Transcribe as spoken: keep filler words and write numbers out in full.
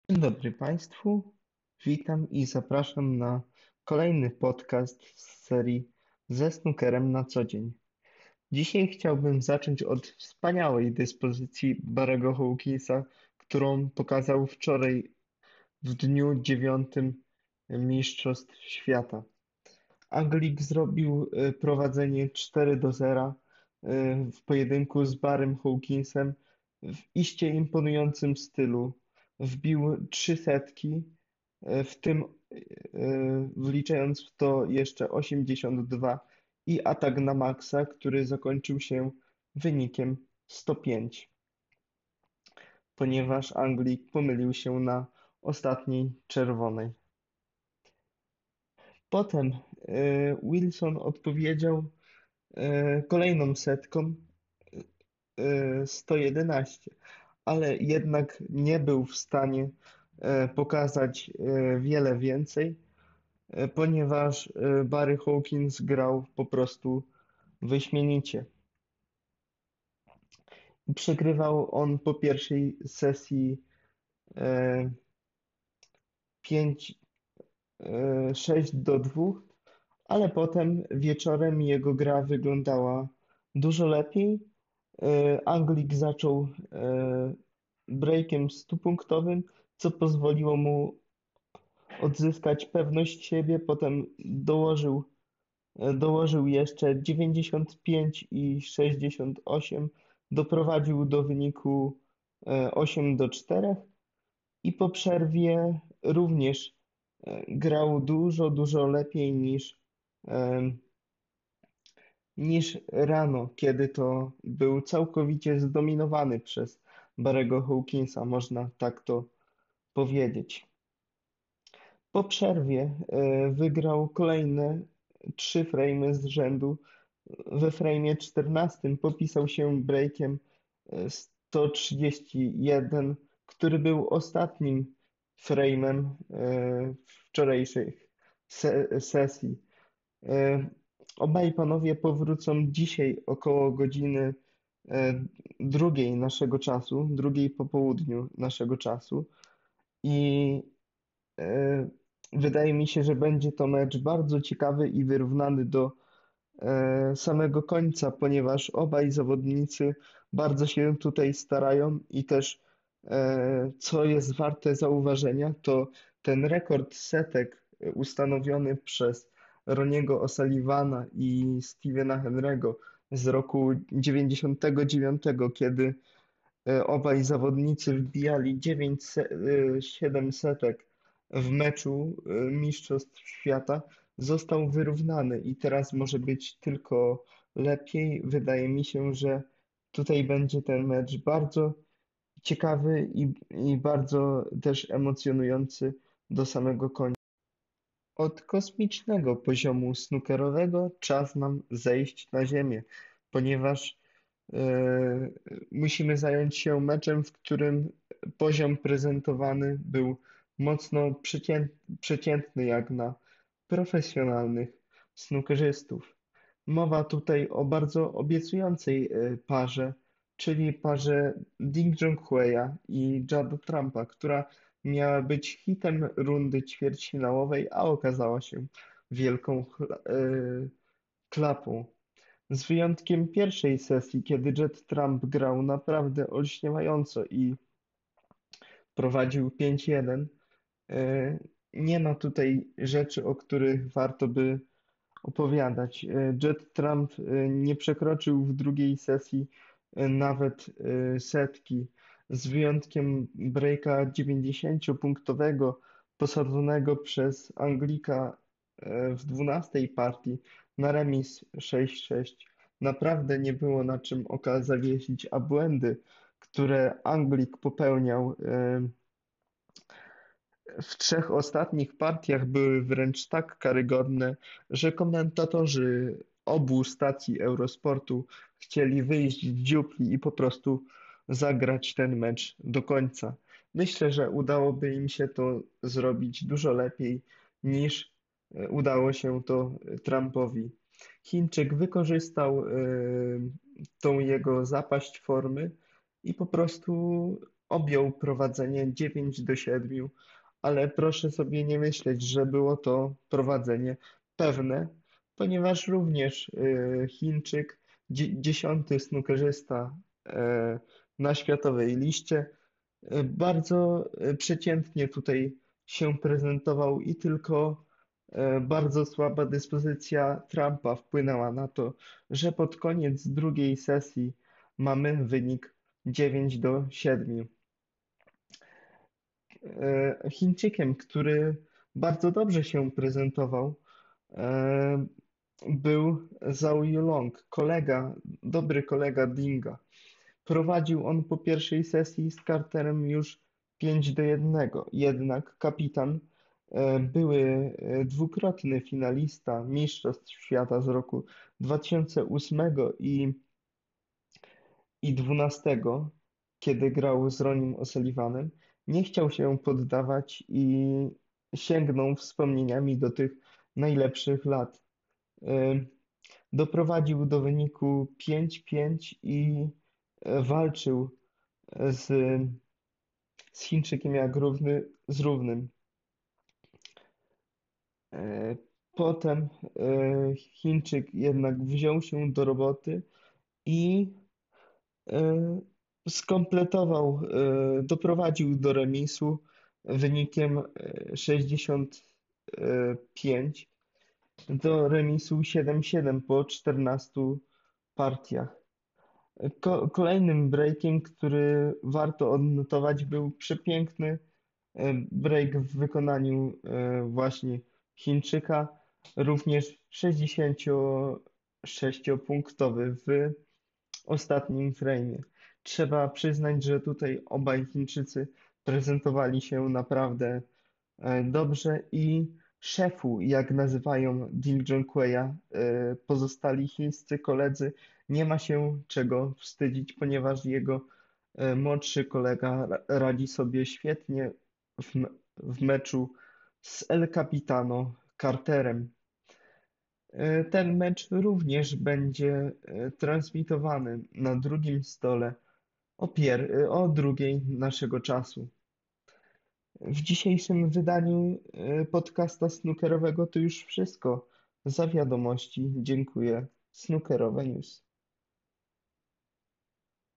Dzień dobry Państwu, witam i zapraszam na kolejny podcast z serii Ze snookerem na co dzień. Dzisiaj chciałbym zacząć od wspaniałej dyspozycji Barry'ego Hawkinsa, którą pokazał wczoraj w dniu dziewiątym Mistrzostw Świata. Anglik zrobił y, prowadzenie cztery do zera y, w pojedynku z Barrym Hawkinsem w iście imponującym stylu. Wbił trzy setki, y, w tym y, wliczając w to jeszcze osiemdziesiąt dwa i atak na maksa, który zakończył się wynikiem sto pięć, ponieważ Anglik pomylił się na ostatniej czerwonej. Potem y, Wilson odpowiedział e, kolejną setką e, sto jedenaście, ale jednak nie był w stanie e, pokazać e, wiele więcej, e, ponieważ e, Barry Hawkins grał po prostu wyśmienicie. Przegrywał on po pierwszej sesji e, pięć, e, sześć do dwóch, ale potem wieczorem jego gra wyglądała dużo lepiej. E, Anglik zaczął e, breakiem stupunktowym, co pozwoliło mu odzyskać pewność siebie. Potem dołożył, e, dołożył jeszcze dziewięćdziesiąt pięć i sześćdziesiąt osiem, doprowadził do wyniku e, osiem do czterech i po przerwie również e, grał dużo, dużo lepiej niż e, niż rano, kiedy to był całkowicie zdominowany przez Barry'ego Hawkinsa, można tak to powiedzieć. Po przerwie e, wygrał kolejne trzy frame z rzędu. We frame czternastym popisał się breakiem e, sto trzydzieści jeden, który był ostatnim frame'em e, wczorajszych se sesji. E, Obaj panowie powrócą dzisiaj około godziny e, drugiej naszego czasu, drugiej po południu naszego czasu i e, wydaje mi się, że będzie to mecz bardzo ciekawy i wyrównany do e, samego końca, ponieważ obaj zawodnicy bardzo się tutaj starają i też e, co jest warte zauważenia, to ten rekord setek e, ustanowiony przez Roniego O'Sullivana i Stevena Henry'ego z roku dziewięćdziesiątego dziewiątego, kiedy e, obaj zawodnicy wbijali dziewięć, se- e, siedem setek w meczu e, Mistrzostw Świata, został wyrównany i teraz może być tylko lepiej. Wydaje mi się, że tutaj będzie ten mecz bardzo ciekawy i, i bardzo też emocjonujący do samego końca. Od kosmicznego poziomu snookerowego czas nam zejść na ziemię, ponieważ e, musimy zająć się meczem, w którym poziom prezentowany był mocno przecię, przeciętny jak na profesjonalnych snookerzystów. Mowa tutaj o bardzo obiecującej e, parze, czyli parze Ding Junhueya i Judd Trumpa, która miała być hitem rundy ćwierćfinałowej, a okazała się wielką chla- e, klapą. Z wyjątkiem pierwszej sesji, kiedy Judd Trump grał naprawdę olśniewająco i prowadził pięć jeden, e, nie ma tutaj rzeczy, o których warto by opowiadać. E, Judd Trump e, nie przekroczył w drugiej sesji e, nawet e, setki, z wyjątkiem breaka dziewięćdziesięciopunktowego posadzonego przez Anglika e, w dwunastej partii na remis sześć sześć. Naprawdę nie było na czym oka zawiesić, a błędy, które Anglik popełniał e, w trzech ostatnich partiach były wręcz tak karygodne, że komentatorzy obu stacji Eurosportu chcieli wyjść z dziupli i po prostu zagrać ten mecz do końca. Myślę, że udałoby im się to zrobić dużo lepiej niż e, udało się to Trumpowi. Chińczyk wykorzystał e, tą jego zapaść formy i po prostu objął prowadzenie dziewięć do siedmiu, ale proszę sobie nie myśleć, że było to prowadzenie pewne, ponieważ również y, Chińczyk, dzie- dziesiąty snookerzysta y, na światowej liście, y, bardzo y, przeciętnie tutaj się prezentował i tylko y, bardzo słaba dyspozycja Trumpa wpłynęła na to, że pod koniec drugiej sesji mamy wynik dziewięć do siedmiu. E, Chińczykiem, który bardzo dobrze się prezentował, e, był Zhao Yulong, kolega, dobry kolega Dinga. Prowadził on po pierwszej sesji z Carterem już pięć do jednego. Jednak kapitan, e, były e, dwukrotny finalista Mistrzostw Świata z roku dwa tysiące ósmego i i dwunastego, kiedy grał z Ronim O'Sullivanem, nie chciał się poddawać i sięgnął wspomnieniami do tych najlepszych lat. Y, Doprowadził do wyniku pięć pięć i e, walczył z, z Chińczykiem jak równy z równym. E, Potem e, Chińczyk jednak wziął się do roboty i E, skompletował, e, doprowadził do remisu wynikiem e, sześćdziesiąt pięć do remisu siedem siedem po czternastu partiach. Ko kolejnym breakiem, który warto odnotować, był przepiękny e, break w wykonaniu e, właśnie Chińczyka, również sześćdziesięciosześciopunktowy w ostatnim frame'ie. Trzeba przyznać, że tutaj obaj Chińczycy prezentowali się naprawdę e, dobrze i szefu, jak nazywają Ding Junhueya, e, pozostali chińscy koledzy, nie ma się czego wstydzić, ponieważ jego e, młodszy kolega ra- radzi sobie świetnie w, me- w meczu z El Capitano Carterem. E, Ten mecz również będzie e, transmitowany na drugim stole o, pier e, o drugiej naszego czasu. W dzisiejszym wydaniu e, podcasta snookerowego to już wszystko. Za wiadomości dziękuję. Snookerowe News.